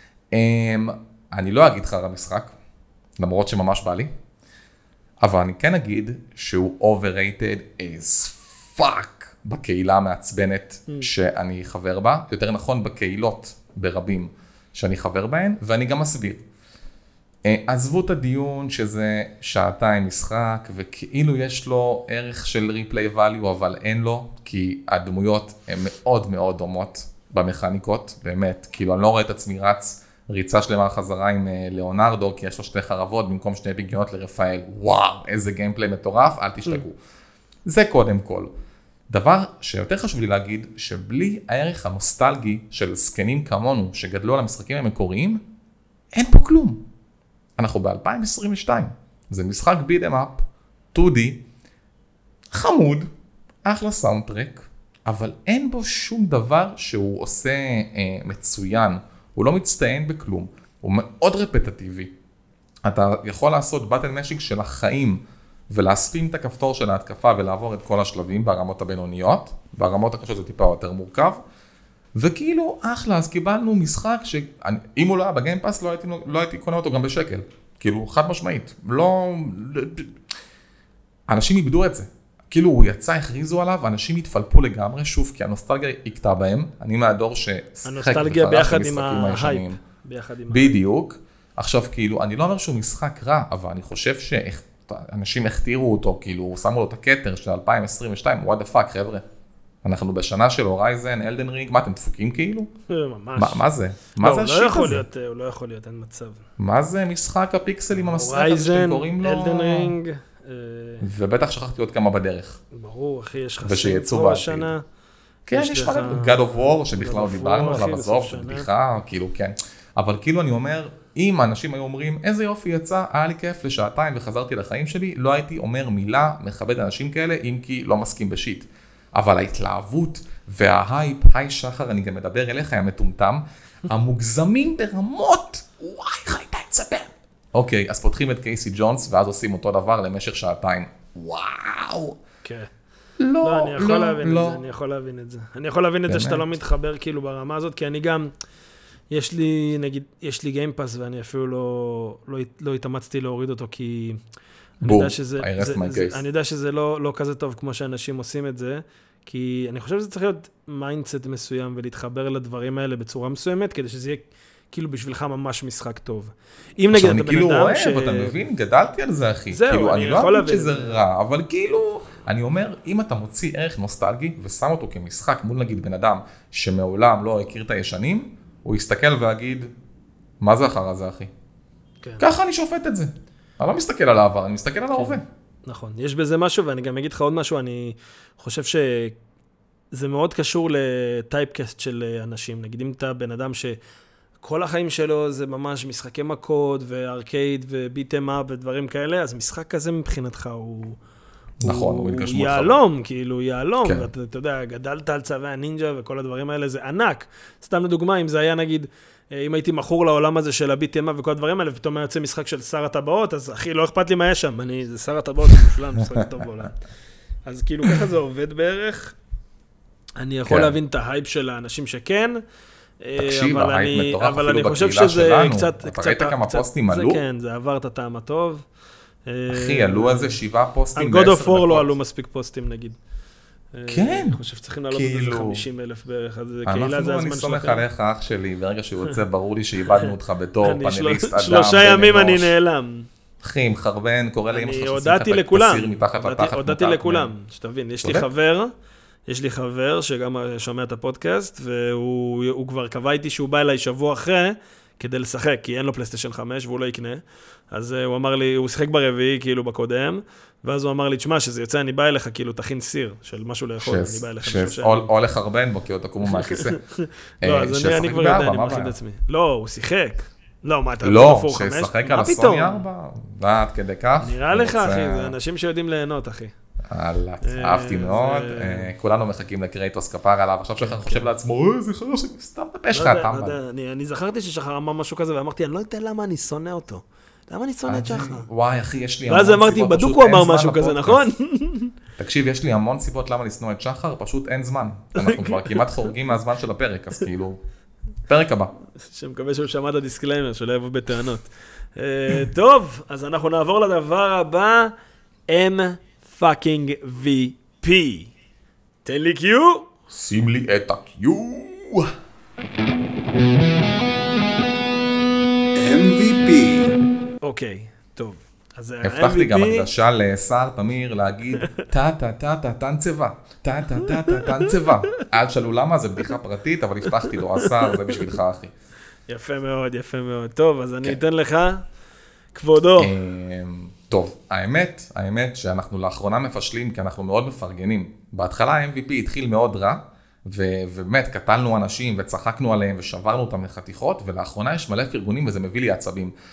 אני לא אגיד לך על המשחק, למרות שממש בא לי, אבל אני כן אגיד שהוא overrated as fuck. בקהילה המעצבנת mm. שאני חבר בה, יותר נכון בקהילות ברבים שאני חבר בהן, ואני גם אסביר. עזבו את הדיון שזה שעתיים משחק, וכאילו יש לו ערך של ריפליי ואליו, אבל אין לו, כי הדמויות הן מאוד מאוד דומות במכניקות, באמת, כאילו אני לא רואה את עצמי רץ ריצה שלמה חזרה עם ליאונרדו, כי יש לו שתי חרבות במקום שני פגיונות לרפאל, וואו, איזה גיימפליי מטורף, אל תשתגעו. Mm. זה קודם כל. דבר שיותר חשוב לי להגיד, שבלי הערך הנוסטלגי של זקנים כמונו שגדלו על המשחקים המקוריים, אין פה כלום. אנחנו ב-אלפיים עשרים ושתיים. זה משחק ביט'ם אפ, טו די, חמוד, אחלה סאונדטרק, אבל אין בו שום דבר שהוא עושה אה, מצוין, הוא לא מצטיין בכלום, הוא מאוד רפטטיבי. אתה יכול לעשות בטל משינג של החיים, ולהספין את הכפתור של ההתקפה ולעבור את כל השלבים ברמות הבינוניות, ברמות הקשות זה טיפה יותר מורכב, וכאילו אחלה, אז קיבלנו משחק שאם הוא לא היה בגיימפאס לא הייתי, לא הייתי קונה אותו גם בשקל, כאילו חד משמעית, לא... אנשים איבדו את זה, כאילו הוא יצא, הכריזו עליו, אנשים התפלפו לגמרי, שוב, כי הנוסטלגיה יקטע בהם, אני מהדור ששחק הנוסטלגיה ביחד עם ההייפ, בדיוק, עכשיו כאילו, אני לא אומר שהוא משחק רע, אבל אני חושב שאנשים הכתירו אותו, כאילו, שמו לו את הכתר של אלפיים עשרים ושתיים, what the fuck, חבר'ה. אנחנו בשנה של הורייזן, אלדן רינג, מה אתם דפוקים כאילו? ממש. מה זה? מה זה השיט הזה? הוא לא יכול להיות, אין מצב. מה זה משחק הפיקסלים המסרק הזה שאתם קוראים לו? אלדן רינג. ובטח שכחתי עוד כמה בדרך. ברור, אחי, יש לך סינקרו השנה. כן, יש לך God of War, שבכלל דיברנו עליו, עזוב, זה בדיחה, כאילו, כן. אבל כאילו אני אומר, אם האנשים היו אומרים, איזה יופי יצא, היה לי כיף לשעתיים וחזרתי לחיים שלי, לא הייתי אומר מילה מכבד אנשים כאלה, אם כי לא מסכים בשיט. אבל ההתלהבות וההייפ, היי שחר, אני גם מדבר אליך, היה מטומטם, המוגזמים ברמות, וואי, היית אצפה. אוקיי, אז פותחים את קייסי ג'ונס, ואז עושים אותו דבר למשך שעתיים. וואו. כן. לא, אני יכול להבין את זה, אני יכול להבין את זה. אני יכול להבין את זה שאתה לא מתחבר כאילו ברמה הזאת, כי אני גם, יש לי, נגיד, יש לי גיימפאס, ואני אפילו לא, לא, לא התאמצתי להוריד אותו, כי אני יודע שזה, זה, זה, אני יודע שזה לא, לא כזה טוב כמו שאנשים עושים את זה, כי אני חושב שזה צריך להיות מיינדסט מסוים, ולהתחבר לדברים האלה בצורה מסוימת, כדי שזה יהיה כאילו בשבילך ממש משחק טוב. אם נגיד אתה בן אדם ש... אתה מבין, גדלתי על זה, אחי. זהו, אני יכול להבין. שזה רע, אבל כאילו, אני אומר, אם אתה מוציא ערך נוסטלגי, ושם אותו כמשחק מול נגיד בן אדם, שמעולם לא הכיר את הישנים, הוא יסתכל ויגיד, מה זה אחר הזה, אחי? ככה אני שופט את זה. אני לא מסתכל על העבר, אני מסתכל על ההווה. נכון, יש בזה משהו, ואני גם אגיד לך עוד משהו, אני חושב שזה מאוד קשור לטייפקאסט של אנשים. נגיד, אם אתה בן אדם שכל החיים שלו זה ממש משחקי מכות, וארקייד, וביטם אפ, ודברים כאלה, אז משחק כזה מבחינתך הוא... נכון, הוא הוא יעלום, כאילו, יעלום, כן. ואתה אתה יודע, גדלת על צווי הנינג'ה וכל הדברים האלה, זה ענק. סתם לדוגמה, אם זה היה נגיד, אם הייתי מכור לעולם הזה של הביטם אפ וכל הדברים האלה, ופתאום היה יוצא משחק של שר הטבעות, אז אחי, לא אכפת לי מה יש שם, אני, זה שר הטבעות, זה משולם, משחק טוב בעולם. אז כאילו, ככה זה עובד בערך. אני יכול כן. להבין את ההייפ של האנשים שכן, תקשיב, אבל ההייפ אני, מטורף אבל אפילו אני חושב בקהילה שזה שלנו. קצת, אתה קצת, ראית כמה קצת, פוסטים זה עלו? כן, זה עבר את הטעם הטוב. אחי, עלו איזה שבעה פוסטים על God of War לא עלו מספיק פוסטים, נגיד. כן. אני חושב שצריכים לעלות איזה חמישים אלף בערך, אז קהילה זה הזמן שלכם. אני סומך עליך, אח שלי, ברגע שהוא יוצא, ברור לי שאיבדנו אותך בתור פאנליסט אדם. שלושה ימים אני נעלם. אחי, מחרבן, קורא לאמא שלך אני הודעתי לכולם, מתחת לתחת. הודעתי לכולם, שתבין, יש לי חבר, יש לי חבר שגם שומע את הפודקאסט, והוא כבר קבע איתי שהוא בא אליי שבוע אחרי, כדי לשחק, כי אין לו פלייסטיישן חמש והוא לא יקנה. אז הוא אמר לי, הוא שיחק ברביעי, כאילו בקודם, ואז הוא אמר לי, תשמע, שזה יוצא, אני בא אליך, כאילו, תכין סיר של משהו לאכול, אני בא אליך בשלושה. או לחרבן בו, כי הוא תקומו מהכיסא. לא, אז אני כבר יודע, אני מרחיד עצמי. לא, הוא שיחק. לא, מה, אתה לא, שישחק על הסוני ארבע, ועד כדי כך. נראה לך, אחי, זה אנשים שיודעים ליהנות, אחי. אהבתי מאוד, כולנו מחכים לקרייטוס כפר עליו, עכשיו שחר חושב לעצמו, זה חרר שסתם תפש לך, טמבל. אני זכרתי ששחר אמר משהו כזה, ואמרתי, אני לא יודע למה אני שונא אותו. למה אני שונא את שחר? וואי, אחי, יש לי המון סיבות. ואז אמרתי, בדוק הוא אמר משהו כזה, נכון? תקשיב, יש לי המון סיבות למה לשנוא את שחר, פשוט אין זמן. אנחנו כבר כמעט חורגים מהזמן של הפרק, אז כאילו, פרק הבא. שמקווה שהוא שמע את הדיסקליימר, שלא יבוא בטענות. טוב, אז אנחנו נעבור לדבר הבא, M fucking וי פי. תן לי קיו. שים לי את הקיו. אם וי פי. אוקיי, טוב. הבטחתי גם הקדשה לשר תמיר להגיד טה טה טה טה טן צבע, טה טה טה טה טן צבע. אל שאלו למה, זה בדיחה פרטית, אבל הבטחתי לו, השר, זה בשבילך אחי. יפה מאוד, יפה מאוד. טוב, אז אני אתן לך כבודו. טוב, האמת, האמת שאנחנו לאחרונה מפשלים, כי אנחנו מאוד מפרגנים. בהתחלה ה-אם וי פי התחיל מאוד רע, ובאמת קטלנו אנשים וצחקנו עליהם ושברנו אותם לחתיכות, ולאחרונה יש מלא פרגונים וזה מביא לי עצבים.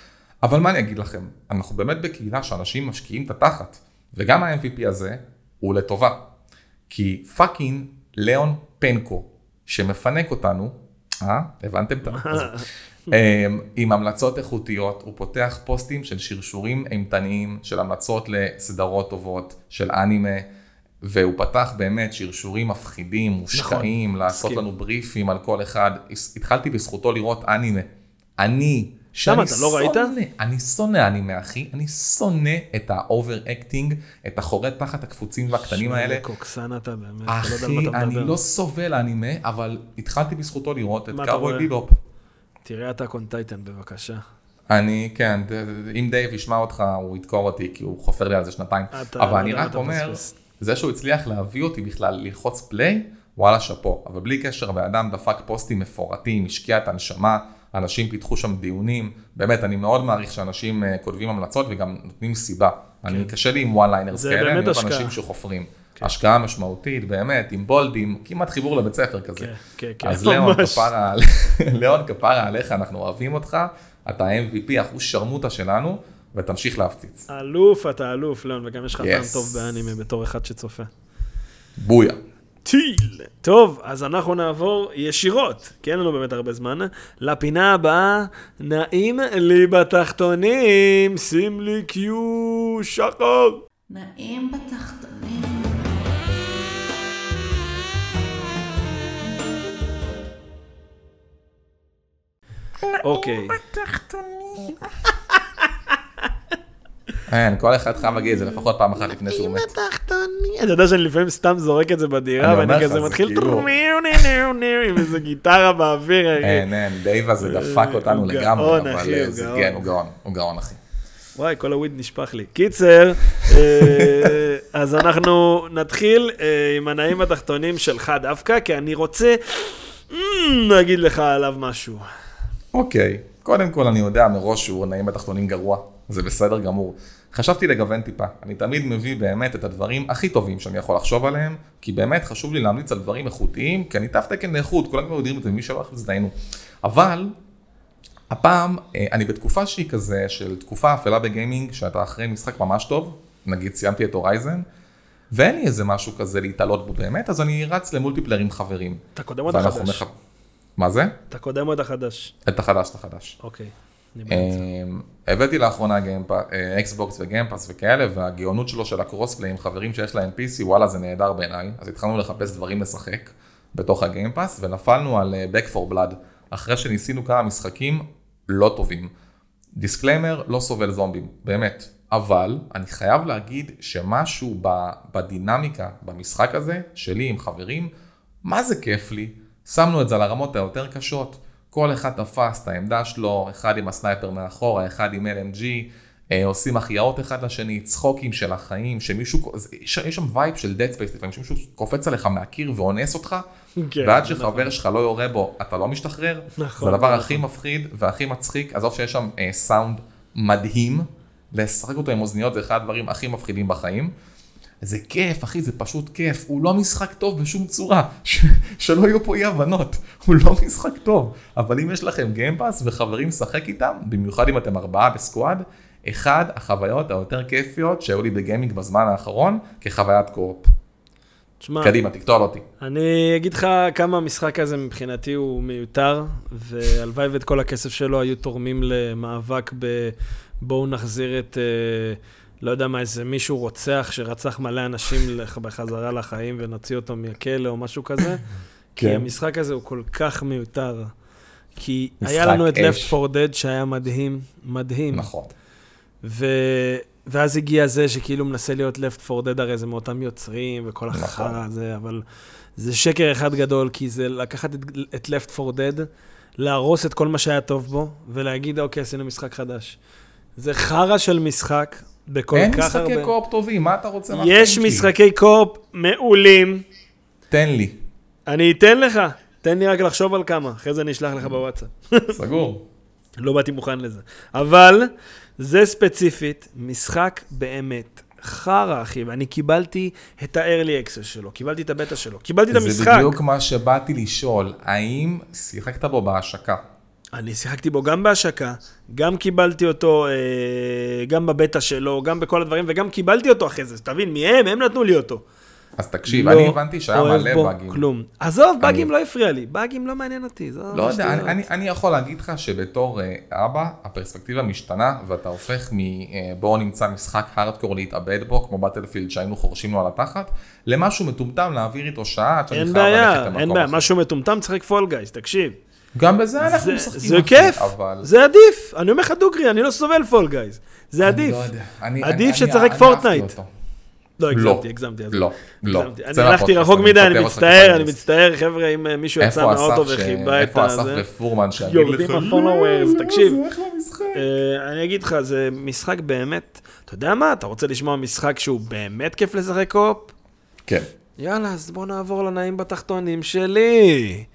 אבל מה אני אגיד לכם? אנחנו באמת בקהילה שאנשים משקיעים את התחת, וגם ה-אם וי פי הזה הוא לטובה. כי פאקינג ליאון פנקו, שמפנק אותנו, אה? הבנתם את זה? עם המלצות איכותיות, הוא פותח פוסטים של שרשורים אימתניים, של המלצות לסדרות טובות, של אנימה, והוא פתח באמת שרשורים מפחידים, מושקעים, נכון, לעשות מסכים. לנו בריפים על כל אחד. התחלתי בזכותו לראות אנימה. אני, שם אתה לא ראית? אני שונא אנימה, אחי. אני שונא את האובר אקטינג, את החורד תחת הקפוצים והקטנים האלה. קוקסן אתה באמת. אחי, אני לא סובל אנימה, אבל התחלתי בזכותו לראות את קאובוי ביבופ. תראה אתה קונטייטן בבקשה. אני, כן, אם דייב ישמע אותך, הוא יתקור אותי, כי הוא חופר לי על זה שנתיים. אבל אני רק אומר, זה שהוא הצליח להביא אותי בכלל ללחוץ פליי, וואלה שפו. אבל בלי קשר, והאדם דפק פוסטים מפורטים, השקיע את הנשמה, אנשים פיתחו שם דיונים. באמת, אני מאוד מעריך שאנשים כותבים המלצות וגם נותנים סיבה. אני קשה לי עם וואן ליינרס כאלה, אני אוהב אנשים שחופרים. השקעה משמעותית, באמת, עם בולדים, כמעט חיבור לבית ספר כזה. אז ליאון כפרה עליך, אנחנו אוהבים אותך, אתה ה-אם וי פי, אחוז שרמוטה שלנו, ותמשיך להפציץ. אלוף, אתה אלוף, ליאון, וגם יש לך טעם טוב באנימה בתור אחד שצופה. בויה. טיל. טוב, אז אנחנו נעבור ישירות, כי אין לנו באמת הרבה זמן, לפינה הבאה, נעים לי בתחתונים, שים לי קיו, שחר. נעים בתחתונים. אוקיי. אין, כל אחד חייב להגיד את זה לפחות פעם אחת לפני שהוא מת. אתה יודע שאני לפעמים סתם זורק את זה בדירה, ואני כזה מתחיל עם איזה גיטרה באוויר. אין, אין, דייבה זה דפק אותנו לגמרי, אבל זה כן, הוא גאון, הוא גאון אחי. וואי, כל הוויד נשפך לי. קיצר, אז אנחנו נתחיל עם הנעים התחתונים שלך דווקא, כי אני רוצה להגיד לך עליו משהו. אוקיי, קודם כל אני יודע מראש שהוא נעים בתחתונים גרוע, זה בסדר גמור. חשבתי לגוון טיפה, אני תמיד מביא באמת את הדברים הכי טובים שאני יכול לחשוב עליהם, כי באמת חשוב לי להמליץ על דברים איכותיים, כי אני תו תקן לאיכות, כולם כבר יודעים את זה, מי שלא יחליץ דיינו. אבל, הפעם, אני בתקופה שהיא כזה, של תקופה אפלה בגיימינג, שאתה אחרי משחק ממש טוב, נגיד סיימתי את הורייזן, ואין לי איזה משהו כזה להתעלות בו באמת, אז אני רץ למולטיפלר עם חברים. אתה קודם עוד החדש. מה זה? אתה קודם עוד החדש. את החדש, את החדש. אוקיי. הבאתי לאחרונה אקסבוקס וגיימפאס וכאלה, והגאונות שלו של הקרוספליי עם חברים שיש להם פי סי, וואלה זה נהדר בעיניי, אז התחלנו לחפש דברים לשחק בתוך הגיימפאס, ונפלנו על Back for Blood, אחרי שניסינו כמה משחקים לא טובים. דיסקליימר, לא סובל זומבים, באמת. אבל אני חייב להגיד שמשהו בדינמיקה במשחק הזה, שלי עם חברים, מה זה כיף לי? שמנו את זה לרמות היותר קשות, כל אחד תפס את העמדה שלו, אחד עם הסנייפר מאחורה, אחד עם אל אם ג'י, עושים החייאות אחד לשני, צחוקים של החיים, שמישהו, יש שם וייב של Dead Space, לפעמים שמישהו קופץ עליך מהקיר ואונס אותך, ועד שחבר שלך לא יורה בו, אתה לא משתחרר, זה הדבר הכי מפחיד והכי מצחיק, עזוב שיש שם סאונד מדהים, לשחק אותו עם אוזניות זה אחד הדברים הכי מפחידים בחיים, זה כיף, אחי, זה פשוט כיף, הוא לא משחק טוב בשום צורה, ש- שלא יהיו פה אי הבנות, הוא לא משחק טוב, אבל אם יש לכם גיימפאס וחברים שחק איתם, במיוחד אם אתם ארבעה בסקואד, אחד החוויות היותר כיפיות שהיו לי בגיימינג בזמן האחרון, כחוויית קורפ. תשמע, קדימה, תקטול אותי. אני אגיד לך כמה המשחק הזה מבחינתי הוא מיותר, והלוואי ואת כל הכסף שלו היו תורמים למאבק בבואו נחזיר את... לא יודע מה, איזה מישהו רוצח שרצח מלא אנשים בחזרה לחיים ונוציא אותו מהכלא או משהו כזה. כי המשחק הזה הוא כל כך מיותר. כי היה לנו את Left פור Dead שהיה מדהים, מדהים. נכון. ואז הגיע זה שכאילו מנסה להיות Left פור Dead, הרי זה מאותם יוצרים וכל החרא הזה, אבל זה שקר אחד גדול, כי זה לקחת את Left פור Dead, להרוס את כל מה שהיה טוב בו, ולהגיד, אוקיי, עשינו משחק חדש. זה חרא של משחק, בכל אין כך הרבה... אין משחקי קורפ טובים, מה אתה רוצה? יש משחקי קורפ מעולים. תן לי. אני אתן לך. תן לי רק לחשוב על כמה. אחרי זה אני אשלח לך בוואטסאפ. סגור. לא באתי מוכן לזה. אבל זה ספציפית משחק באמת חרא, אחי. ואני קיבלתי את ה-early access שלו. קיבלתי את הבטא שלו. קיבלתי את המשחק. זה בדיוק מה שבאתי לשאול. האם שיחקת בו בהשקה? אני שיחקתי בו גם בהשקה, גם קיבלתי אותו, גם בבטא שלו, גם בכל הדברים, וגם קיבלתי אותו אחרי זה. תבין, מי הם? הם נתנו לי אותו. אז תקשיב, אני הבנתי שהיה מלא באגים. כלום. עזוב, באגים לא הפריע לי. באגים לא מעניין אותי. לא יודע, אני יכול להגיד לך שבתור אבא, הפרספקטיבה משתנה, ואתה הופך מבואו נמצא משחק הארדקור להתאבד בו, כמו בטלפילד שהיינו חורשים לו על התחת, למשהו מטומטם להעביר איתו שעה, עד שאני חייב ללכת למקום אחר. אין בעיה, משהו מטומטם צריך פול גייז, תקשיב. גם בזה אנחנו משחקים. זה כיף, זה עדיף. אני אומר לך דוגרי, אני לא סובל פול גייז. זה עדיף. עדיף שצחק פורטנייט. לא, הגזמתי, הגזמתי. לא, לא. אני הלכתי רחוק מדי, אני מצטער, אני מצטער, חבר'ה, אם מישהו יצא מהאוטו וחיבה את איפה אסף ופורמן שיגיד לך, יורדים הפולוורס, תקשיב. אני אגיד לך, זה משחק באמת, אתה יודע מה, אתה רוצה לשמוע משחק שהוא באמת כיף לשחק קופ? כן. יאללה, אז בוא נעבור לנעים בתחתונים שלי.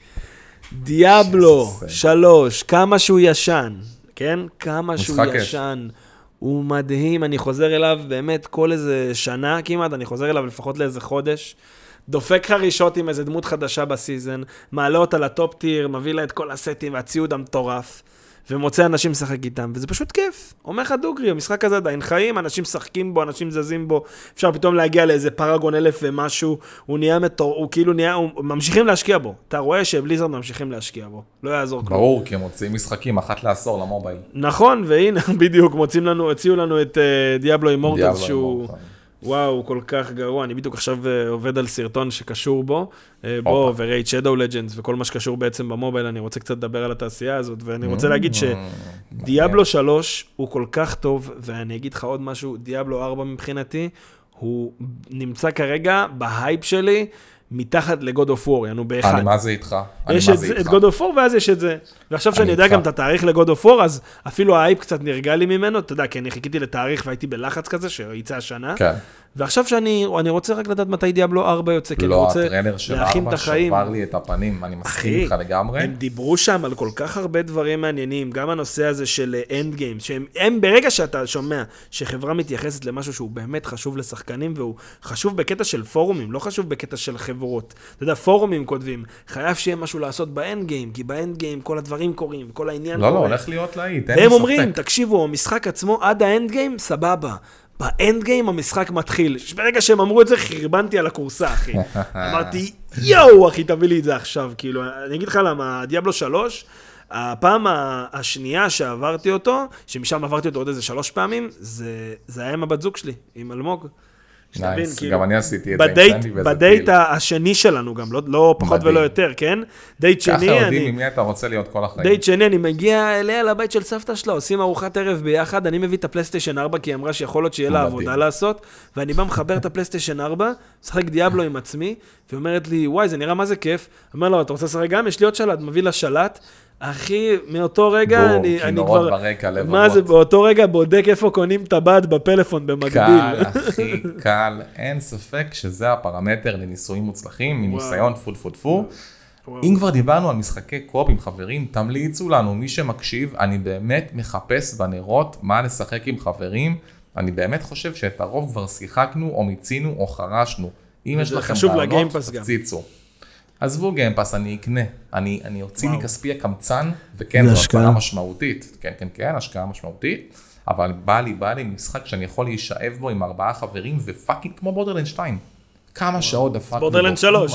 דיאבלו שלוש, כמה שהוא ישן, כן? כמה שהוא ישן. הוא מדהים, אני חוזר אליו באמת כל איזה שנה כמעט, אני חוזר אליו לפחות לאיזה חודש, דופק חרישות עם איזה דמות חדשה בסיזן, מעלה אותה לטופ טיר, מביא לה את כל הסטים והציוד המטורף, ומוצא אנשים לשחק איתם, וזה פשוט כיף. אומר לך דוגרי, המשחק הזה עדיין חיים, אנשים שחקים בו, אנשים זזים בו, אפשר פתאום להגיע לאיזה פרגון אלף ומשהו, הוא נהיה מטור, הוא כאילו נהיה, הוא ממשיכים להשקיע בו. אתה רואה שבליזרד ממשיכים להשקיע בו, לא יעזור כלום. ברור, כי הם מוצאים משחקים אחת לעשור למובייל. נכון, והנה, בדיוק, מוצאים לנו, הציעו לנו את דיאבלו אימורטלס, שהוא, וואו, הוא כל כך גרוע. אני בדיוק עכשיו עובד על סרטון שקשור בו, בו ורייד שדו לג'נדס וכל מה שקשור בעצם במובייל. אני רוצה קצת לדבר על התעשייה הזאת, ואני רוצה להגיד שדיאבלו שלוש הוא כל כך טוב, ואני אגיד לך עוד משהו, דיאבלו ארבע מבחינתי, הוא נמצא כרגע בהייפ שלי, מתחת לגוד אוף וור, יענו באחד. אני מה זה איתך? יש את גוד אוף וור ואז יש את זה. ועכשיו שאני יודע גם את התאריך לגוד אוף וור, אז אפילו ההייפ קצת נרגע לי ממנו, אתה יודע, כי אני חיכיתי לתאריך והייתי בלחץ כזה, שיצא השנה. כן. ועכשיו שאני רוצה רק לדעת מתי דיאבלו ארבע יוצא, כי אני רוצה להכין את החיים. לא, הטרנר של ארבע שבר לי את הפנים, אני מסכים איתך לגמרי. הם דיברו שם על כל כך הרבה דברים מעניינים, גם הנושא הזה של אנד גיים, שהם ברגע שאתה שומע שחברה מתייחסת למשהו שהוא באמת חשוב לשחקנים, והוא חשוב בקטע של פורומים, לא חשוב בקטע של חברות. אתה יודע, פורומים כותבים, חייב שיהיה משהו לעשות באנד גיים, כי באנד גיים כל הדברים קורים, כל העניין קורה. לא, לא, הולך להיות להיט, אין לי והם ספק. אומרים, תקשיבו, המשחק עצמו עד האנד גיים, סבבה. באנד גיים המשחק מתחיל. ברגע שהם אמרו את זה, חרבנתי על הקורסה, אחי. אמרתי, יואו, אחי, תביא לי את זה עכשיו. כאילו, אני אגיד לך למה, דיאבלו שלוש, הפעם השנייה שעברתי אותו, שמשם עברתי אותו עוד איזה שלוש פעמים, זה, זה היה עם הבת זוג שלי, עם אלמוג. נייס, גם אני עשיתי את זה. בדייט השני שלנו גם, לא פחות ולא יותר, כן? דייט שני, ככה יודעים עם מי אתה רוצה להיות כל החיים. דייט שני, אני מגיע אליה לבית של סבתא שלה, עושים ארוחת ערב ביחד, אני מביא את הפלייסטיישן ארבע, כי היא אמרה שיכול להיות שיהיה לה עבודה לעשות, ואני בא מחבר את הפלייסטיישן ארבע, משחק דיאבלו עם עצמי, ואומרת לי, וואי, זה נראה מה זה כיף. אומר לו, אתה רוצה לשחק גם? יש לי עוד שלט, מביא לה שלט. אחי, מאותו רגע, אני, אני כבר, מה זה, באותו רגע בודק איפה קונים טבעת בפלאפון במקביל. קל, אחי, קל, אין ספק שזה הפרמטר לניסויים מוצלחים, מניסיון טפו טפו טפו. אם כבר דיברנו על משחקי קופ עם חברים, תמליצו לנו, מי שמקשיב, אני באמת מחפש בנרות מה לשחק עם חברים, אני באמת חושב שאת הרוב כבר שיחקנו או מיצינו או חרשנו. אם יש לכם רעיונות, תפציצו. עזבו גיימפאס, אני אקנה, אני, אני אוציא מכספי הקמצן, וכן, זו השקעה משמעותית, כן, כן, כן, השקעה משמעותית, אבל בא לי, בא לי משחק שאני יכול להישאב בו עם ארבעה חברים, ופאקינג כמו בורדרלנד שתיים. כמה שעות דפקנו בו. בורדרלנד שלוש.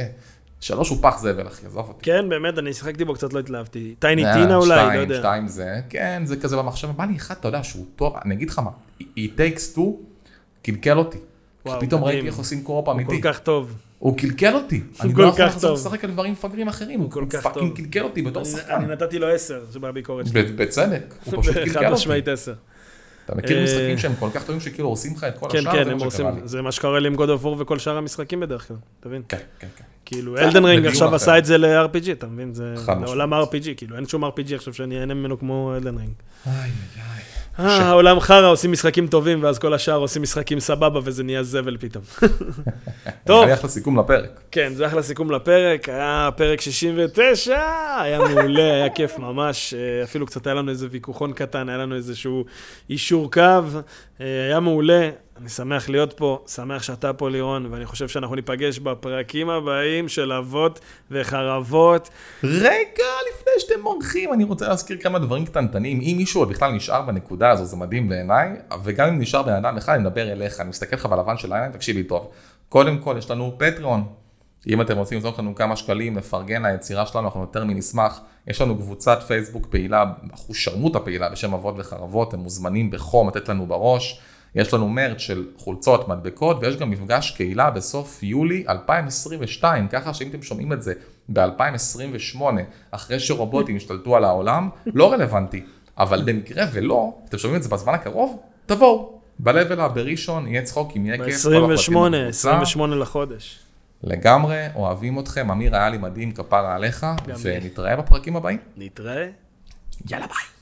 שלוש הוא פח זבל, אחי, עזוב אותי. כן, באמת, אני שיחקתי בו, קצת לא התלהבתי. טייני טינה אולי, לא יודע. שתיים זה, כן, זה כזה במחשב, בא לי אחד, אתה יודע, שהוא טוב, אני אגיד לך מה, It Takes Two, קלקל אותי. פתאום ראיתי איך עושים קורפ אמיתי. הוא כל כך טוב. הוא קלקל אותי. אני לא יכול לחזור לשחק על דברים מפגרים אחרים. הוא פאקינג קלקל אותי בתור שחקן. אני נתתי לו עשר, זה בביקורת שלי. בצדק. הוא פשוט קלקל אותי. חד משמעית עשר. אתה מכיר משחקים שהם כל כך טובים שכאילו עושים לך את כל השאר? כן, כן, זה מה שקורה לי עם God of War וכל שאר המשחקים בדרך כלל, תבין? כן, כן, כן. כאילו, אלדן רינג עכשיו עשה את זה ל-אר פי ג'י, אתה מבין? זה לעולם ה-אר פי ג'י, כאילו, אין שום אר פי ג'י עכשיו שאני אהנה ממנו כמו אלדן רינג. איי, איי. העולם חרה, עושים משחקים טובים, ואז כל השאר עושים משחקים סבבה, וזה נהיה זבל פתאום. טוב. היה אחלה סיכום לפרק. כן, זה אחלה סיכום לפרק, היה פרק שישים ותשע, היה מעולה, היה כיף ממש, אפילו קצת היה לנו איזה ויכוחון קטן, היה לנו איזשהו אישור קו, היה מעולה. אני שמח להיות פה, שמח שאתה פה לירון, ואני חושב שאנחנו ניפגש בפרקים הבאים של אבות וחרבות. רגע, לפני שאתם מורחים, אני רוצה להזכיר כמה דברים קטנטנים. אם מישהו בכלל נשאר בנקודה הזו, זה מדהים בעיניי, וגם אם נשאר בן אדם אחד, אני מדבר אליך, אני מסתכל לך בלבן של העיניים, תקשיב לי טוב. קודם כל, יש לנו פטריון. אם אתם רוצים לזרוק לנו כמה שקלים, לפרגן ליצירה שלנו, אנחנו יותר מנשמח. יש לנו קבוצת פייסבוק פעילה, אחושרמות הפעילה בשם אבות וחרבות, הם מוזמנים בחום לתת לנו בראש. יש לנו מרץ של חולצות, מדבקות, ויש גם מפגש קהילה בסוף יולי אלפיים עשרים ושתיים, ככה שאם אתם שומעים את זה ב-אלפיים עשרים ושמונה, אחרי שרובוטים השתלטו על העולם, לא רלוונטי. אבל במקרה ולא, אתם שומעים את זה בזמן הקרוב, תבואו. בלבלה, בראשון, יהיה צחוק, אם יהיה כיף. ב-עשרים ושמונה, עשרים ושמונה לחודש. לגמרי, אוהבים אתכם, אמיר היה לי מדהים, כפרה עליך, ונתראה בפרקים הבאים. נתראה. יאללה ביי.